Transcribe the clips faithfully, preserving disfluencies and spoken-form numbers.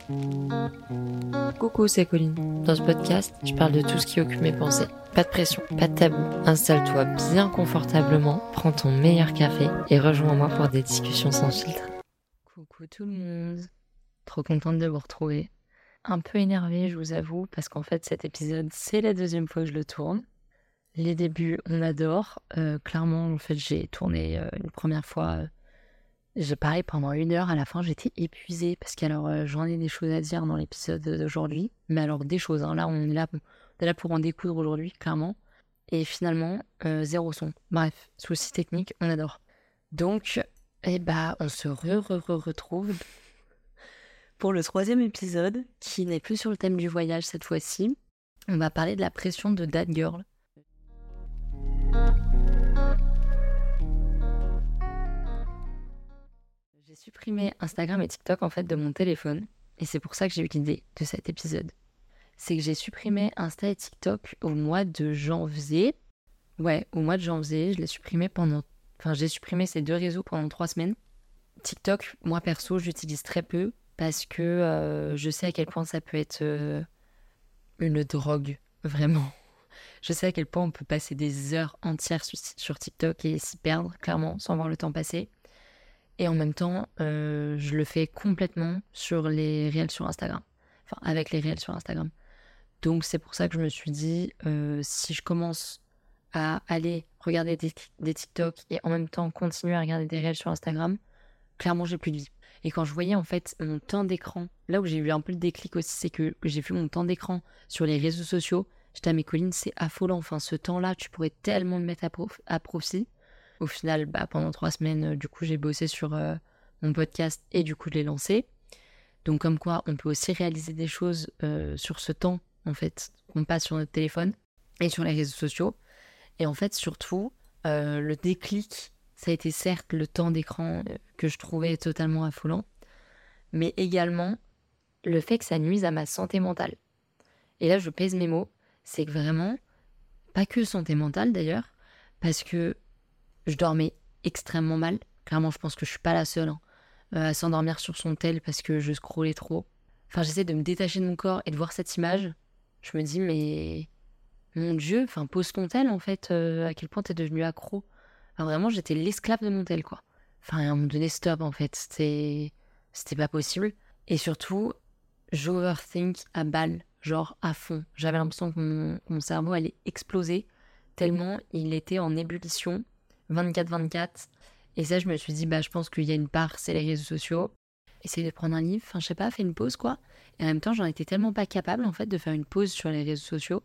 Coucou, c'est Colline. Dans ce podcast, je parle de tout ce qui occupe mes pensées. Pas de pression, pas de tabou. Installe-toi bien confortablement, prends ton meilleur café et rejoins-moi pour des discussions sans filtre. Coucou tout le monde. Trop contente de vous retrouver. Un peu énervée, je vous avoue, parce qu'en fait, cet épisode, c'est la deuxième fois que je le tourne. Les débuts, on adore. Euh, clairement, en fait, j'ai tourné euh, une première fois... Euh, Je pareil pendant une heure, à la fin j'étais épuisée parce qu'alors euh, j'en ai des choses à dire dans l'épisode d'aujourd'hui, mais alors des choses, hein, là on est là, on est là pour en découdre aujourd'hui, clairement, et finalement euh, zéro son. Bref, souci technique, on adore. Donc, eh bah, on se re-re-re-retrouve pour le troisième épisode, qui n'est plus sur le thème du voyage cette fois-ci. On va parler de la pression de That Girl. J'ai supprimé Instagram et TikTok en fait de mon téléphone et c'est pour ça que j'ai eu l'idée de cet épisode. C'est que j'ai supprimé Insta et TikTok au mois de janvier. Ouais, au mois de janvier, je l'ai supprimé pendant... Enfin, j'ai supprimé ces deux réseaux pendant trois semaines. TikTok, moi perso, j'utilise très peu parce que euh, je sais à quel point ça peut être euh, une drogue, vraiment. Je sais à quel point on peut passer des heures entières sur, sur TikTok et s'y perdre, clairement, sans voir le temps passer. Et en même temps, euh, je le fais complètement sur les réels sur Instagram. Enfin, avec les réels sur Instagram. Donc, c'est pour ça que je me suis dit, euh, si je commence à aller regarder des, des TikTok et en même temps continuer à regarder des réels sur Instagram, clairement, j'ai plus de vie. Et quand je voyais en fait mon temps d'écran, là où j'ai eu un peu le déclic aussi, c'est que j'ai vu mon temps d'écran sur les réseaux sociaux. J'étais à mes collines, c'est affolant. Enfin, ce temps-là, tu pourrais tellement le mettre à, prof- à profit. Au final, bah, pendant trois semaines, euh, du coup, j'ai bossé sur euh, mon podcast et du coup, je l'ai lancé. Donc, comme quoi, on peut aussi réaliser des choses euh, sur ce temps, en fait, qu'on passe sur notre téléphone et sur les réseaux sociaux. Et en fait, surtout, euh, le déclic, ça a été certes le temps d'écran euh, que je trouvais totalement affolant, mais également le fait que ça nuise à ma santé mentale. Et là, je pèse mes mots, c'est que vraiment, pas que santé mentale d'ailleurs, parce que je dormais extrêmement mal. Clairement, je pense que je suis pas la seule hein, euh, à s'endormir sur son tel parce que je scrollais trop. Enfin, j'essaie de me détacher de mon corps et de voir cette image. Je me dis, mais mon Dieu, enfin, pose ton tel en fait, euh, à quel point t'es devenu accro. Enfin, vraiment, j'étais l'esclave de mon tel, quoi. Enfin, à un moment donné, stop, en fait. C'était, c'était pas possible. Et surtout, j'overthink à balle, genre à fond. J'avais l'impression que mon, mon cerveau allait exploser tellement il était en ébullition. vingt-quatre vingt-quatre. Et ça, je me suis dit, bah, je pense qu'il y a une part, c'est les réseaux sociaux. Essayer de prendre un livre, enfin, je sais pas, faire une pause, quoi. Et en même temps, j'en étais tellement pas capable, en fait, de faire une pause sur les réseaux sociaux.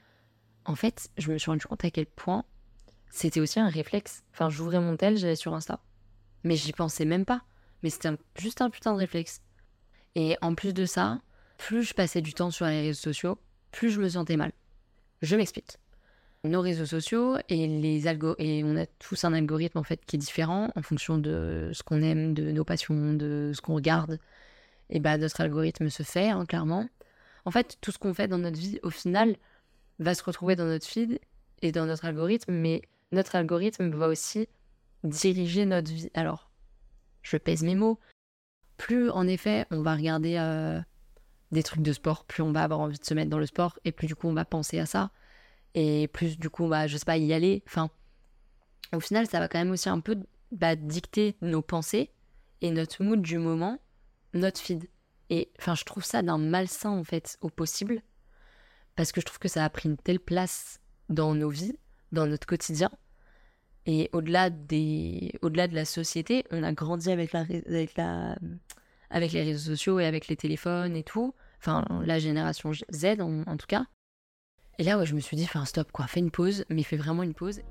En fait, je me suis rendu compte à quel point c'était aussi un réflexe. Enfin, j'ouvrais mon tel, j'allais sur Insta. Mais j'y pensais même pas. Mais c'était un- juste un putain de réflexe. Et en plus de ça, plus je passais du temps sur les réseaux sociaux, plus je me sentais mal. Je m'explique. Nos réseaux sociaux et les algo et on a tous un algorithme en fait qui est différent en fonction de ce qu'on aime, de nos passions, de ce qu'on regarde. Et bah notre algorithme se fait hein, clairement. En fait, tout ce qu'on fait dans notre vie, au final, va se retrouver dans notre feed et dans notre algorithme, mais notre algorithme va aussi diriger notre vie. Alors, je pèse mes mots. Plus en effet, on va regarder euh, des trucs de sport, plus on va avoir envie de se mettre dans le sport et plus du coup on va penser à ça. Et plus du coup, bah, je sais pas, y aller. Enfin, au final, ça va quand même aussi un peu bah, dicter nos pensées et notre mood du moment, notre feed. Et enfin, je trouve ça d'un malsain en fait au possible parce que je trouve que ça a pris une telle place dans nos vies, dans notre quotidien. Et au-delà des, au-delà de la société, on a grandi avec la, avec la, avec les réseaux sociaux et avec les téléphones et tout. Enfin, la génération Z en, en tout cas. Et là, ouais, je me suis dit, fais un stop, quoi. Fais une pause, mais fais vraiment une pause.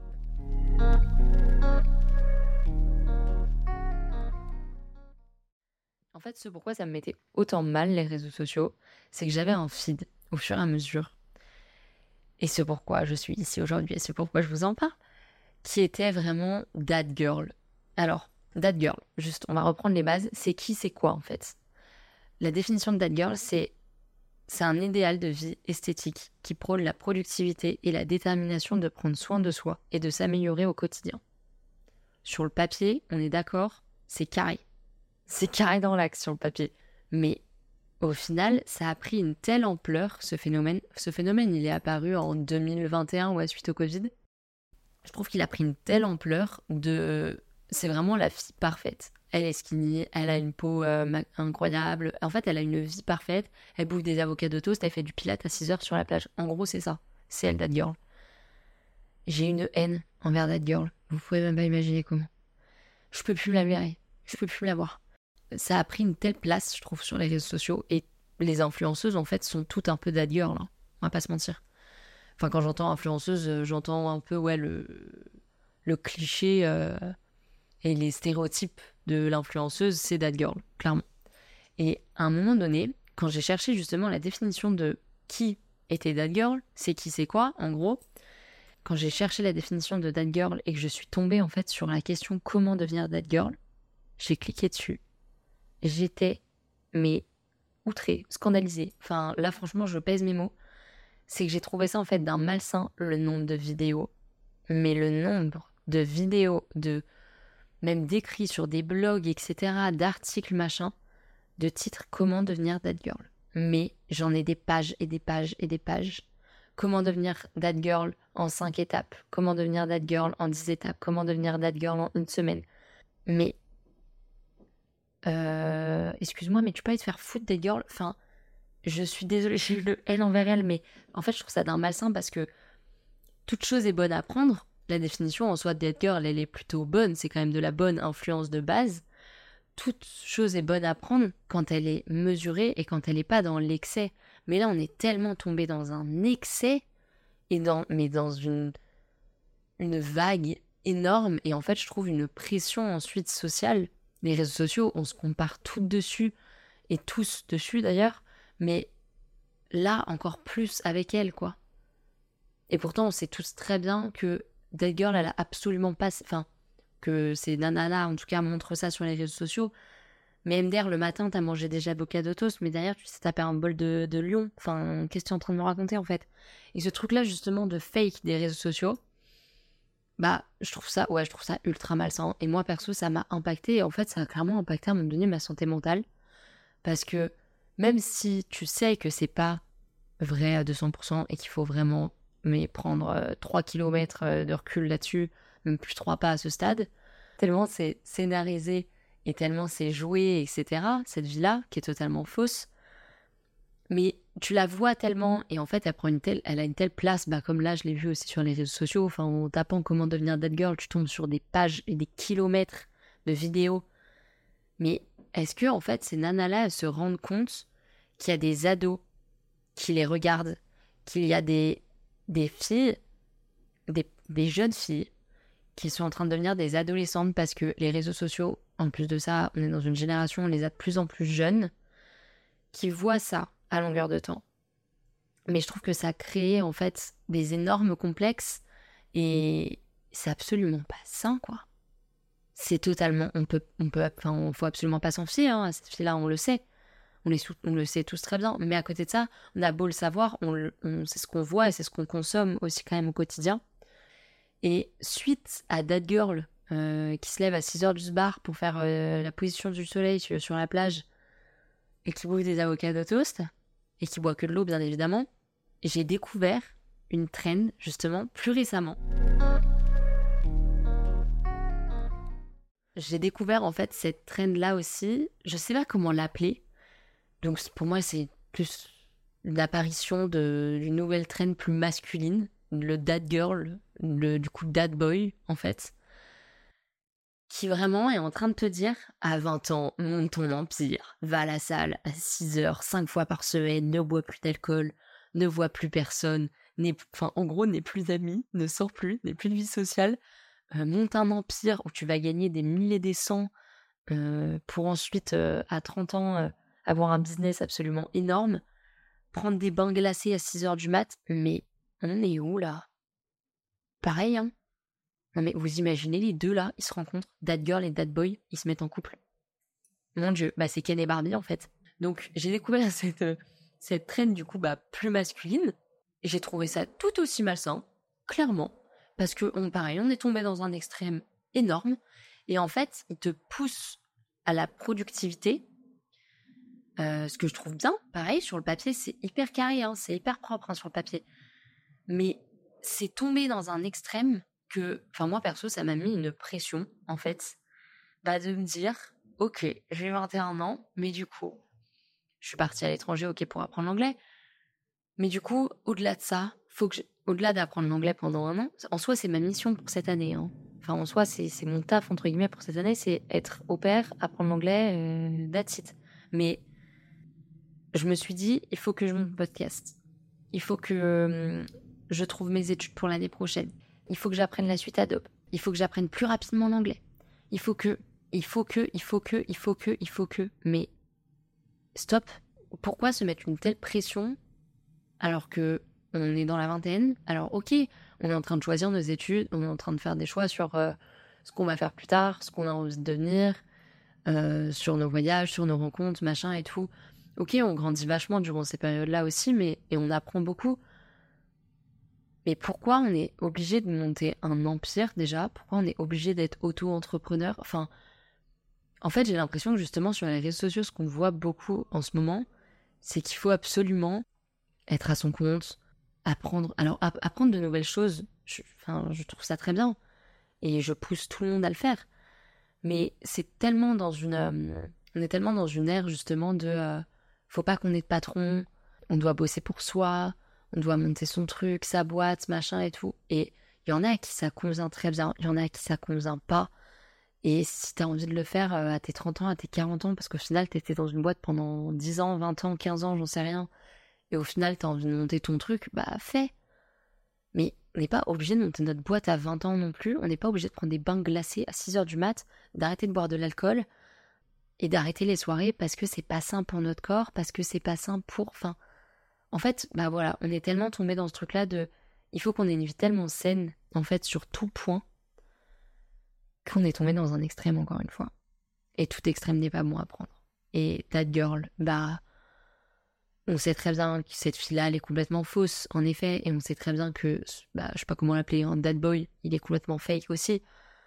En fait, ce pourquoi ça me mettait autant mal, les réseaux sociaux, c'est que j'avais un feed au fur et à mesure. Et ce pourquoi je suis ici aujourd'hui, et ce pourquoi je vous en parle, qui était vraiment That Girl. Alors, That Girl, juste, on va reprendre les bases. C'est qui, c'est quoi, en fait? La définition de That Girl, c'est c'est un idéal de vie esthétique qui prône la productivité et la détermination de prendre soin de soi et de s'améliorer au quotidien. Sur le papier, on est d'accord, c'est carré. C'est carré dans l'axe sur le papier. Mais au final, ça a pris une telle ampleur, ce phénomène. Ce phénomène, il est apparu en deux mille vingt et un, ouais, suite au Covid. Je trouve qu'il a pris une telle ampleur de... C'est vraiment la fille parfaite. Elle est skinny, elle a une peau euh, ma- incroyable. En fait, elle a une vie parfaite. Elle bouffe des avocats de toast, elle fait du pilates à six heures sur la plage. En gros, c'est ça. C'est elle, that girl. J'ai une haine envers that girl. Vous pouvez même pas imaginer comment. Je peux plus la verrer. Je peux plus la voir. Ça a pris une telle place, je trouve, sur les réseaux sociaux. Et les influenceuses, en fait, sont toutes un peu that girl. Hein. On va pas se mentir. Enfin, quand j'entends influenceuse, euh, j'entends un peu, ouais, le, le cliché euh, et les stéréotypes de l'influenceuse, c'est that girl, clairement. Et à un moment donné, quand j'ai cherché justement la définition de qui était that girl, c'est qui, c'est quoi, en gros, quand j'ai cherché la définition de that girl et que je suis tombée en fait sur la question comment devenir that girl, j'ai cliqué dessus. J'étais, mais outrée, scandalisée. Enfin, là, franchement, je pèse mes mots. C'est que j'ai trouvé ça en fait d'un malsain, le nombre de vidéos. Mais le nombre de vidéos, de même d'écrits sur des blogs, et cetera, d'articles, machin, de titres comment devenir that girl. Mais j'en ai des pages et des pages et des pages. Comment devenir that girl en cinq étapes. Comment devenir that girl en dix étapes. Comment devenir that girl en une semaine. Mais, euh, excuse-moi, mais tu peux aller te faire foutre that girl. Enfin, je suis désolée, j'ai eu le haine envers elle, mais en fait, je trouve ça d'un malsain parce que toute chose est bonne à prendre. La définition en soi de that girl, elle est plutôt bonne. C'est quand même de la bonne influence de base. Toute chose est bonne à prendre quand elle est mesurée et quand elle n'est pas dans l'excès. Mais là, on est tellement tombé dans un excès, et dans, mais dans une, une vague énorme. Et en fait, je trouve une pression ensuite sociale. Les réseaux sociaux, on se compare toutes dessus, et tous dessus d'ailleurs. Mais là, encore plus avec elle, quoi. Et pourtant, on sait tous très bien que that girl, elle a absolument pas... Enfin, que ces nanas-là, en tout cas, montrent ça sur les réseaux sociaux. Mais M D R, le matin, t'as mangé déjà avocats de toast, mais derrière, tu t'es tapé un bol de, de lion. Enfin, qu'est-ce que tu es en train de me raconter, en fait? Et ce truc-là, justement, de fake des réseaux sociaux, bah, je trouve ça, ouais, je trouve ça ultra malsain. Et moi, perso, ça m'a impacté. Et en fait, ça a clairement impacté à un moment donné ma santé mentale. Parce que même si tu sais que c'est pas vrai à deux cents pour cent et qu'il faut vraiment mais prendre euh, trois kilomètres euh, de recul là-dessus, même plus trois pas à ce stade, tellement c'est scénarisé et tellement c'est joué, et cetera, cette vie-là, qui est totalement fausse. Mais tu la vois tellement, et en fait, elle, prend une telle, elle a une telle place, bah, comme là, je l'ai vu aussi sur les réseaux sociaux, enfin, en tapant comment devenir that girl, tu tombes sur des pages et des kilomètres de vidéos. Mais est-ce que, en fait, ces nanas-là, elles se rendent compte qu'il y a des ados qui les regardent, qu'il y a des, des filles, des, des jeunes filles, qui sont en train de devenir des adolescentes parce que les réseaux sociaux, en plus de ça, on est dans une génération, on les a de plus en plus jeunes, qui voient ça à longueur de temps. Mais je trouve que ça crée en fait des énormes complexes et c'est absolument pas sain, quoi. C'est totalement, on peut, on peut, enfin, faut absolument pas s'en fier, hein, à cette fille-là, on le sait. On, est, on le sait tous très bien. Mais à côté de ça, on a beau le savoir, on, on, c'est ce qu'on voit et c'est ce qu'on consomme aussi quand même au quotidien. Et suite à that girl euh, qui se lève à six heures du bar pour faire euh, la position du soleil sur, sur la plage et qui bouffe des avocats de toast et qui boit que de l'eau bien évidemment, j'ai découvert une trend justement plus récemment. J'ai découvert en fait cette trend là aussi, je sais pas comment l'appeler, donc pour moi c'est plus l'apparition de, d'une nouvelle trend plus masculine, le dad girl, le, du coup dad boy en fait, qui vraiment est en train de te dire à vingt ans, monte ton empire, va à la salle à six heures, cinq fois par semaine, ne bois plus d'alcool, ne vois plus personne, n'est, enfin en gros n'est plus d'amis, ne sort plus, n'est plus de vie sociale, euh, monte un empire où tu vas gagner des milliers des cents euh, pour ensuite euh, à trente ans euh, avoir un business absolument énorme, prendre des bains glacés à six heures du mat, mais on est où là? Pareil hein. Non mais vous imaginez les deux là, ils se rencontrent, that girl et that boy, ils se mettent en couple. Mon dieu, bah c'est Ken et Barbie en fait. Donc j'ai découvert cette, euh, cette trend du coup bah plus masculine, et j'ai trouvé ça tout aussi malsain, clairement, parce que on, pareil, on est tombé dans un extrême énorme, et en fait, il te pousse à la productivité, Euh, ce que je trouve bien, pareil, sur le papier, c'est hyper carré, hein, c'est hyper propre hein, sur le papier. Mais c'est tombé dans un extrême que, enfin moi perso, ça m'a mis une pression, en fait, bah, de me dire, ok, j'ai vingt et un ans, mais du coup, je suis partie à l'étranger, ok, pour apprendre l'anglais. Mais du coup, au-delà de ça, faut que je... au-delà d'apprendre l'anglais pendant un an, en soi, c'est ma mission pour cette année. Hein. Enfin, en soi, c'est, c'est mon taf, entre guillemets, pour cette année, c'est être au pair, apprendre l'anglais, euh, that's it. Mais je me suis dit, il faut que je monte podcast. Il faut que euh, je trouve mes études pour l'année prochaine. Il faut que j'apprenne la suite Adobe. Il faut que j'apprenne plus rapidement l'anglais. Il faut que, il faut que, il faut que, il faut que, il faut que. Mais stop. Pourquoi se mettre une telle pression alors que on est dans la vingtaine? Alors ok, on est en train de choisir nos études, on est en train de faire des choix sur euh, ce qu'on va faire plus tard, ce qu'on a envie de devenir, euh, sur nos voyages, sur nos rencontres, machin et tout. Ok, on grandit vachement durant ces périodes-là aussi, mais et on apprend beaucoup. Mais pourquoi on est obligé de monter un empire déjà? Pourquoi on est obligé d'être auto-entrepreneur? Enfin, en fait, j'ai l'impression que justement sur les réseaux sociaux, ce qu'on voit beaucoup en ce moment, c'est qu'il faut absolument être à son compte, apprendre. Alors, app- apprendre de nouvelles choses, je, enfin, je trouve ça très bien. Et je pousse tout le monde à le faire. Mais c'est tellement dans une... euh, on est tellement dans une ère justement de... euh, faut pas qu'on ait de patron, on doit bosser pour soi, on doit monter son truc, sa boîte, machin et tout. Et il y en a à qui ça convient très bien, il y en a à qui ça convient pas. Et si t'as envie de le faire euh, à tes trente ans, à tes quarante ans, parce qu'au final t'étais dans une boîte pendant dix ans, vingt ans, quinze ans, j'en sais rien, et au final t'as envie de monter ton truc, bah fais. Mais on n'est pas obligé de monter notre boîte à vingt ans non plus, on n'est pas obligé de prendre des bains glacés à six heures du mat, d'arrêter de boire de l'alcool, et d'arrêter les soirées parce que c'est pas sain pour notre corps, parce que c'est pas sain pour... Enfin, en fait, bah voilà, on est tellement tombé dans ce truc-là de... Il faut qu'on ait une vie tellement saine, en fait, sur tout point, qu'on est tombé dans un extrême, encore une fois. Et tout extrême n'est pas bon à prendre. Et that girl, bah... On sait très bien que cette fille-là, elle est complètement fausse, en effet, et on sait très bien que, bah, je sais pas comment l'appeler, un dad boy, il est complètement fake aussi.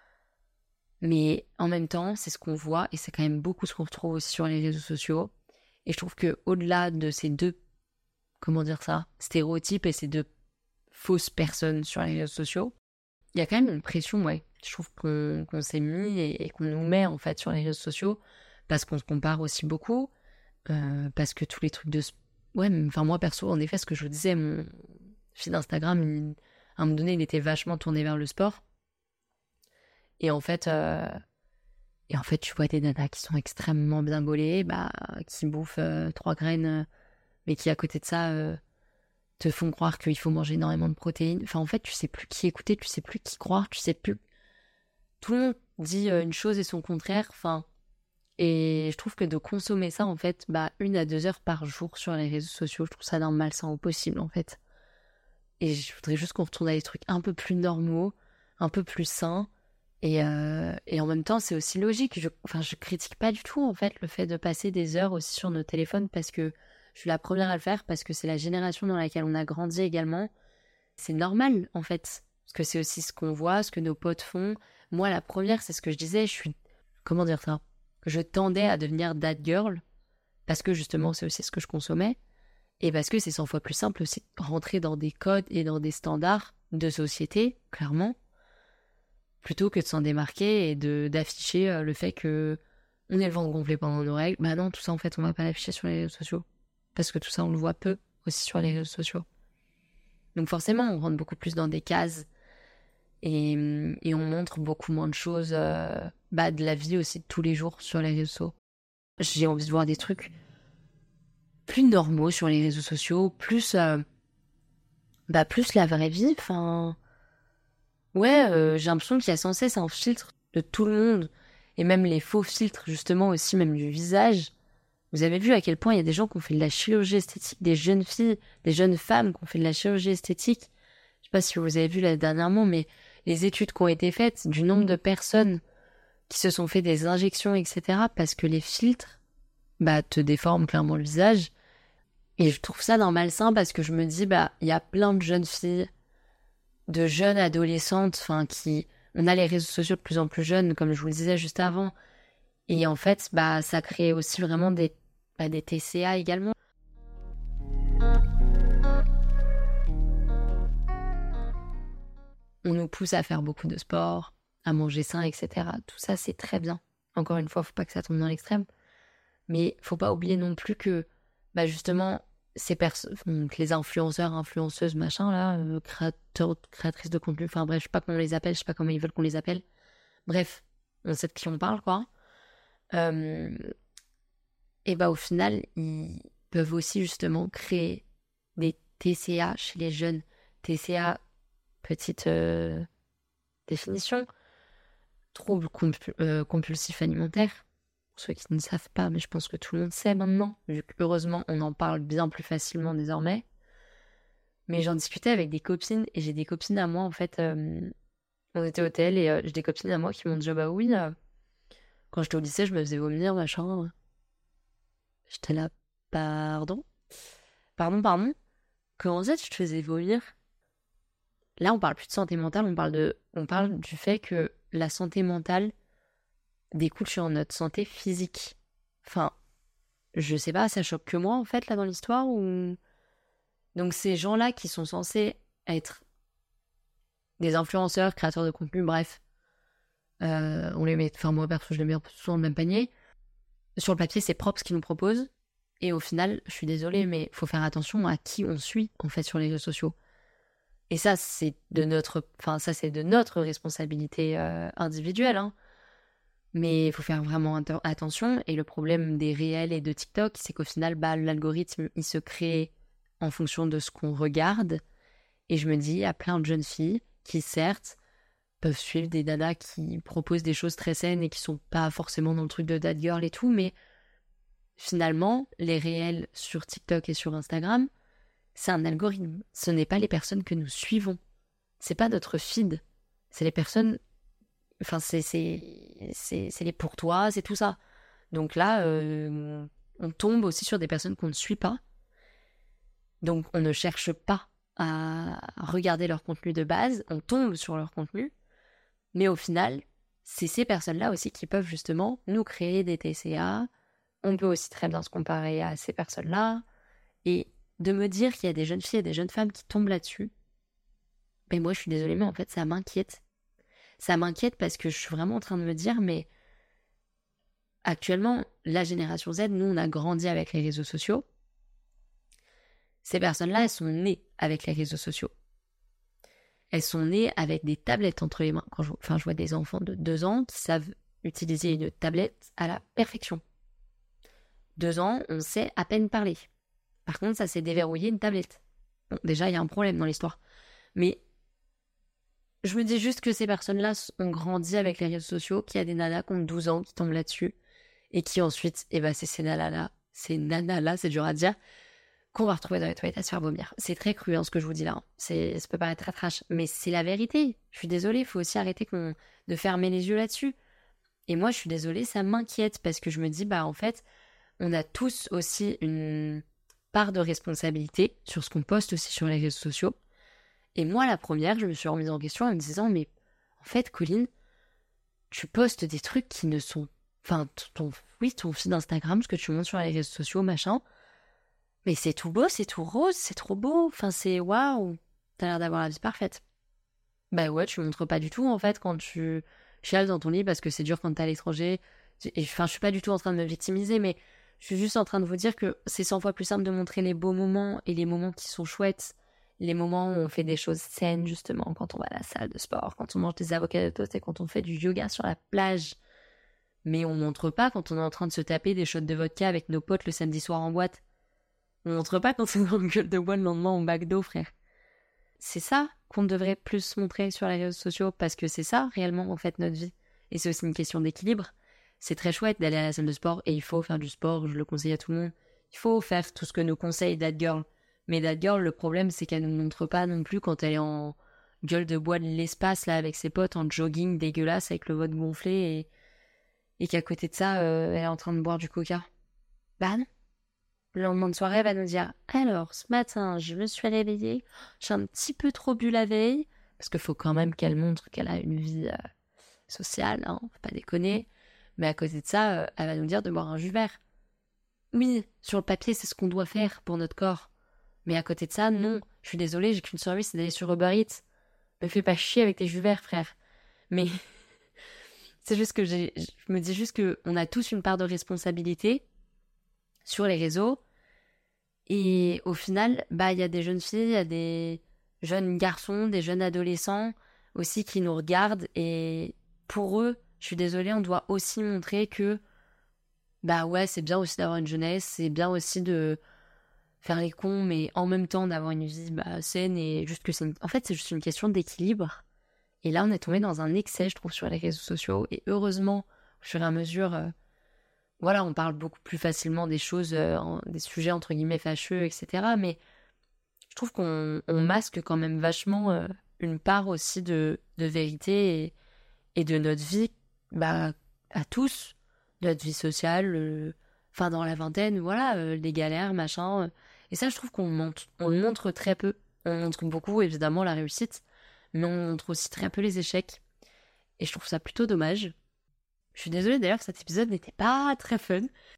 Mais en même temps, c'est ce qu'on voit, et c'est quand même beaucoup ce qu'on retrouve aussi sur les réseaux sociaux. Et je trouve que au-delà de ces deux, comment dire ça, stéréotypes et ces deux fausses personnes sur les réseaux sociaux, il y a quand même une pression, ouais. Je trouve qu'on, qu'on s'est mis et, et qu'on nous met en fait sur les réseaux sociaux parce qu'on se compare aussi beaucoup, euh, parce que tous les trucs de, ouais, enfin moi perso, en effet, ce que je vous disais, mon feed Instagram, il, à un moment donné, il était vachement tourné vers le sport. Et en fait, euh, et en fait, tu vois des nanas qui sont extrêmement bien gaulées, bah, qui bouffent euh, trois graines, euh, mais qui à côté de ça euh, te font croire qu'il faut manger énormément de protéines. Enfin, en fait, tu sais plus qui écouter, tu sais plus qui croire, tu sais plus. Tout le monde dit euh, une chose et son contraire. Enfin, et je trouve que de consommer ça, en fait, bah, une à deux heures par jour sur les réseaux sociaux, je trouve ça d'un malsain au possible, en fait. Et je voudrais juste qu'on retourne à des trucs un peu plus normaux, un peu plus sains. Et, euh, et en même temps, c'est aussi logique. Je, enfin, je critique pas du tout, en fait, le fait de passer des heures aussi sur nos téléphones parce que je suis la première à le faire, parce que c'est la génération dans laquelle on a grandi également. C'est normal, en fait. Parce que c'est aussi ce qu'on voit, ce que nos potes font. Moi, la première, c'est ce que je disais, je suis... Comment dire ça? Je tendais à devenir that girl parce que, justement, c'est aussi ce que je consommais. Et parce que c'est cent fois plus simple aussi de rentrer dans des codes et dans des standards de société, clairement, plutôt que de s'en démarquer et de d'afficher euh, le fait que on est le ventre gonflé pendant nos règles. Bah non, tout ça en fait on va pas l'afficher sur les réseaux sociaux parce que tout ça on le voit peu aussi sur les réseaux sociaux. Donc forcément on rentre beaucoup plus dans des cases et, et on montre beaucoup moins de choses euh, bah, de la vie aussi de tous les jours sur les réseaux. J'ai envie de voir des trucs plus normaux sur les réseaux sociaux, plus euh, bah plus la vraie vie. Enfin ouais, euh, j'ai l'impression qu'il y a sans cesse un filtre de tout le monde. Et même les faux filtres, justement, aussi, même du visage. Vous avez vu à quel point il y a des gens qui ont fait de la chirurgie esthétique, des jeunes filles, des jeunes femmes qui ont fait de la chirurgie esthétique. Je sais pas si vous avez vu là dernièrement, mais les études qui ont été faites, du nombre de personnes qui se sont fait des injections, et cetera, parce que les filtres, bah, te déforment clairement le visage. Et je trouve ça d'un malsain parce que je me dis, bah, il y a plein de jeunes filles, de jeunes adolescentes, enfin qui, on a les réseaux sociaux de plus en plus jeunes, comme je vous le disais juste avant, et en fait, bah ça crée aussi vraiment des bah, des T C A également. On nous pousse à faire beaucoup de sport, à manger sain, et cetera. Tout ça, c'est très bien. Encore une fois, faut pas que ça tombe dans l'extrême. Mais faut pas oublier non plus que, bah justement, ces personnes, donc les influenceurs, influenceuses, machin, là, euh, créateurs, créatrices de contenu, enfin bref, je sais pas comment on les appelle, je sais pas comment ils veulent qu'on les appelle. Bref, on sait de qui on parle, quoi. Euh, et bah au final, ils peuvent aussi justement créer des T C A chez les jeunes. T C A, petite euh, définition, trouble compu- euh, compulsif alimentaire. Pour ceux qui ne savent pas, mais je pense que tout le monde sait maintenant, vu que heureusement on en parle bien plus facilement désormais. Mais j'en discutais avec des copines, et j'ai des copines à moi, en fait, euh, on était au tel, et euh, j'ai des copines à moi qui m'ont dit, ah bah oui, euh, quand j'étais au lycée, je me faisais vomir, machin. J'étais là, pardon Pardon, pardon Comment ça, tu te faisais vomir? Là, on parle plus de santé mentale, on parle, de, on parle du fait que la santé mentale découle sur notre santé physique. Enfin, je sais pas, ça choque que moi, en fait, là, dans l'histoire, ou... Donc, ces gens-là qui sont censés être des influenceurs, créateurs de contenu, bref, euh, on les met... Enfin, moi, perso, je les mets tous dans le même panier. Sur le papier, c'est propre ce qu'ils nous proposent. Et au final, je suis désolée, mais faut faire attention à qui on suit, en fait, sur les réseaux sociaux. Et ça, c'est de notre, enfin, ça, c'est de notre responsabilité euh, individuelle, hein. Mais il faut faire vraiment atten- attention. Et le problème des réels et de TikTok, c'est qu'au final, bah, l'algorithme, il se crée en fonction de ce qu'on regarde. Et je me dis, il y a plein de jeunes filles qui, certes, peuvent suivre des dadas qui proposent des choses très saines et qui sont pas forcément dans le truc de dad girl et tout, mais finalement, les réels sur TikTok et sur Instagram, c'est un algorithme. Ce n'est pas les personnes que nous suivons. C'est pas notre feed. C'est les personnes... Enfin, c'est, c'est, c'est, c'est les pour toi, c'est tout ça. Donc là, euh, on tombe aussi sur des personnes qu'on ne suit pas. Donc on ne cherche pas à regarder leur contenu de base. On tombe sur leur contenu. Mais au final, c'est ces personnes-là aussi qui peuvent justement nous créer des T C A. On peut aussi très bien se comparer à ces personnes-là. Et de me dire qu'il y a des jeunes filles et des jeunes femmes qui tombent là-dessus, ben moi je suis désolée, mais en fait ça m'inquiète. Ça m'inquiète parce que je suis vraiment en train de me dire, mais actuellement, la génération Z, nous on a grandi avec les réseaux sociaux. Ces personnes-là, elles sont nées avec les réseaux sociaux. Elles sont nées avec des tablettes entre les mains. Quand je, enfin, je vois des enfants de deux ans qui savent utiliser une tablette à la perfection. Deux ans, on sait à peine parler. Par contre, ça s'est déverrouillé une tablette. Bon, déjà, il y a un problème dans l'histoire. Mais je me dis juste que ces personnes-là ont grandi avec les réseaux sociaux, qu'il y a des nanas qui ont douze ans qui tombent là-dessus, et qui ensuite, eh ben, c'est ces nanas-là, ces nanas-là, c'est dur à dire, qu'on va retrouver dans les toilettes à se faire vomir. C'est très cru, hein, ce que je vous dis là. Hein. C'est, ça peut paraître très trash, mais c'est la vérité. Je suis désolée, il faut aussi arrêter qu'on, de fermer les yeux là-dessus. Et moi, je suis désolée, ça m'inquiète, parce que je me dis, bah en fait, on a tous aussi une part de responsabilité sur ce qu'on poste aussi sur les réseaux sociaux. Et moi, la première, je me suis remise en question en me disant, mais en fait, Colline, tu postes des trucs qui ne sont... Enfin, ton, oui, ton feed Instagram, ce que tu montres sur les réseaux sociaux, machin, mais c'est tout beau, c'est tout rose, c'est trop beau, enfin, c'est waouh, t'as l'air d'avoir la vie parfaite. Bah ouais, tu montres pas du tout, en fait, quand tu chiales dans ton lit, parce que c'est dur quand t'es à l'étranger. Et enfin, je suis pas du tout en train de me victimiser, mais je suis juste en train de vous dire que c'est cent fois plus simple de montrer les beaux moments et les moments qui sont chouettes, les moments où on fait des choses saines, justement, quand on va à la salle de sport, quand on mange des avocats de toast et quand on fait du yoga sur la plage. Mais on montre pas quand on est en train de se taper des shots de vodka avec nos potes le samedi soir en boîte. On montre pas quand on est en gueule de bois le lendemain au McDo, frère. C'est ça qu'on devrait plus montrer sur les réseaux sociaux, parce que c'est ça, réellement, en fait, notre vie. Et c'est aussi une question d'équilibre. C'est très chouette d'aller à la salle de sport, et il faut faire du sport, je le conseille à tout le monde. Il faut faire tout ce que nous conseille That Girl. Mais That Girl, le problème, c'est qu'elle ne nous montre pas non plus quand elle est en gueule de bois de l'espace, là, avec ses potes, en jogging dégueulasse, avec le ventre gonflé, et, et qu'à côté de ça, euh, elle est en train de boire du coca. Bah non. Le lendemain de soirée, elle va nous dire « Alors, ce matin, je me suis réveillée, j'ai un petit peu trop bu la veille, parce qu'il faut quand même qu'elle montre qu'elle a une vie euh, sociale, hein, faut pas déconner. Mais à côté de ça, euh, elle va nous dire de boire un jus vert. » oui, sur le papier, c'est ce qu'on doit faire pour notre corps. Mais à côté de ça, non. Je suis désolée, j'ai qu'une survie, c'est d'aller sur Uber Eats. Me fais pas chier avec tes jus verts, frère. Mais c'est juste que j'ai, je me dis juste qu'on a tous une part de responsabilité sur les réseaux. Et au final, bah, il y a des jeunes filles, il y a des jeunes garçons, des jeunes adolescents aussi qui nous regardent. Et pour eux, je suis désolée, on doit aussi montrer que, bah ouais, c'est bien aussi d'avoir une jeunesse, c'est bien aussi de faire les cons, mais en même temps d'avoir une vie bah, saine et juste que c'est une... En fait, c'est juste une question d'équilibre. Et là, on est tombé dans un excès, je trouve, sur les réseaux sociaux. Et heureusement, au fur et à mesure, euh, voilà, on parle beaucoup plus facilement des choses, euh, en- des sujets entre guillemets fâcheux, et cetera. Mais je trouve qu'on on masque quand même vachement euh, une part aussi de, de vérité et, et de notre vie, bah, à tous, notre vie sociale, euh, enfin dans la vingtaine, voilà, euh, les galères, machin. euh. Et ça, je trouve qu'on montre, on le montre très peu. On montre beaucoup, évidemment, la réussite, mais on montre aussi très peu les échecs. Et je trouve ça plutôt dommage. Je suis désolée d'ailleurs que cet épisode n'était pas très fun.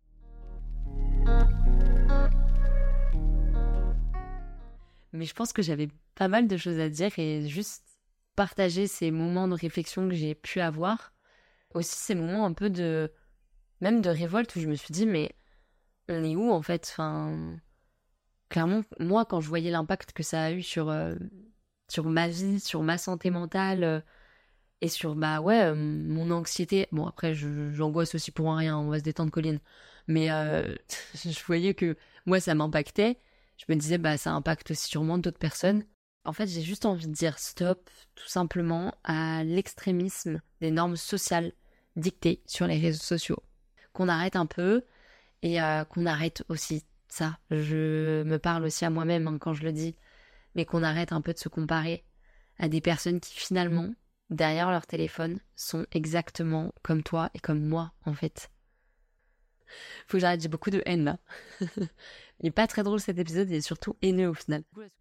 Mais je pense que j'avais pas mal de choses à dire et juste partager ces moments de réflexion que j'ai pu avoir. Aussi ces moments un peu de... même de révolte où je me suis dit, mais on est où en fait? Enfin, clairement, moi, quand je voyais l'impact que ça a eu sur, euh, sur ma vie, sur ma santé mentale euh, et sur, bah ouais, euh, mon anxiété. Bon, après, je- j'angoisse aussi pour un rien, on va se détendre, Colline. Mais euh, je voyais que moi, ça m'impactait. Je me disais, bah ça impacte aussi sûrement d'autres personnes. En fait, j'ai juste envie de dire stop, tout simplement, à l'extrémisme des normes sociales dictées sur les réseaux sociaux. Qu'on arrête un peu et euh, qu'on arrête aussi ça. Je me parle aussi à moi-même hein, quand je le dis, mais qu'on arrête un peu de se comparer à des personnes qui finalement, derrière leur téléphone, sont exactement comme toi et comme moi, en fait. Faut que j'arrête, j'ai beaucoup de haine là. Il est pas très drôle cet épisode, il est surtout haineux au final.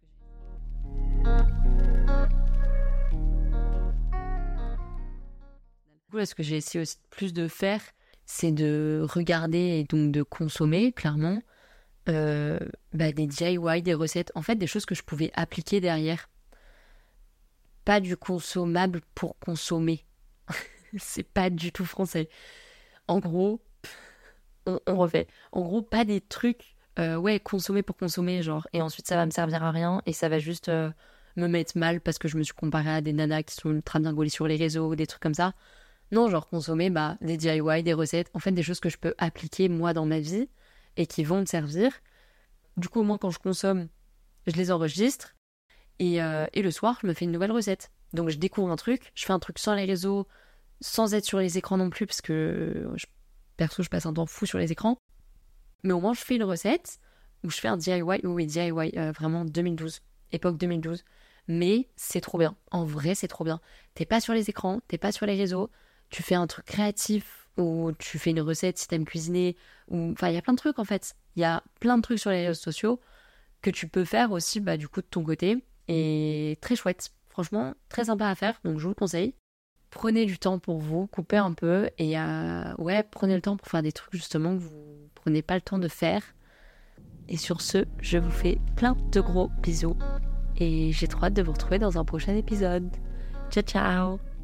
Du coup, là, ce que j'ai essayé aussi plus de faire, c'est de regarder et donc de consommer, clairement, euh, bah, des D I Y, des recettes, en fait, des choses que je pouvais appliquer derrière. Pas du consommable pour consommer. C'est pas du tout français. En gros, on, on refait. En gros, pas des trucs, euh, ouais, consommer pour consommer, genre, et ensuite ça va me servir à rien et ça va juste euh, me mettre mal parce que je me suis comparée à des nanas qui sont ultra bien gaulées sur les réseaux, des trucs comme ça. Non, genre consommer, bah, des D I Y, des recettes, en fait, des choses que je peux appliquer moi dans ma vie et qui vont me servir. Du coup, moi, quand je consomme, je les enregistre et, euh, et le soir, je me fais une nouvelle recette. Donc, je découvre un truc, je fais un truc sans les réseaux, sans être sur les écrans non plus, parce que je, perso, je passe un temps fou sur les écrans. Mais au moins, je fais une recette où je fais un D I Y. Oui, oui, D I Y, euh, vraiment deux mille douze, époque deux mille douze. Mais c'est trop bien. En vrai, c'est trop bien. T'es pas sur les écrans, t'es pas sur les réseaux. Tu fais un truc créatif ou tu fais une recette si t'aimes cuisiner. Ou... Enfin, il y a plein de trucs en fait. Il y a plein de trucs sur les réseaux sociaux que tu peux faire aussi bah, du coup de ton côté. Et très chouette. Franchement, très sympa à faire. Donc, je vous le conseille. Prenez du temps pour vous, coupez un peu et euh, ouais, prenez le temps pour faire des trucs justement que vous prenez pas le temps de faire. Et sur ce, je vous fais plein de gros bisous et j'ai trop hâte de vous retrouver dans un prochain épisode. Ciao ciao!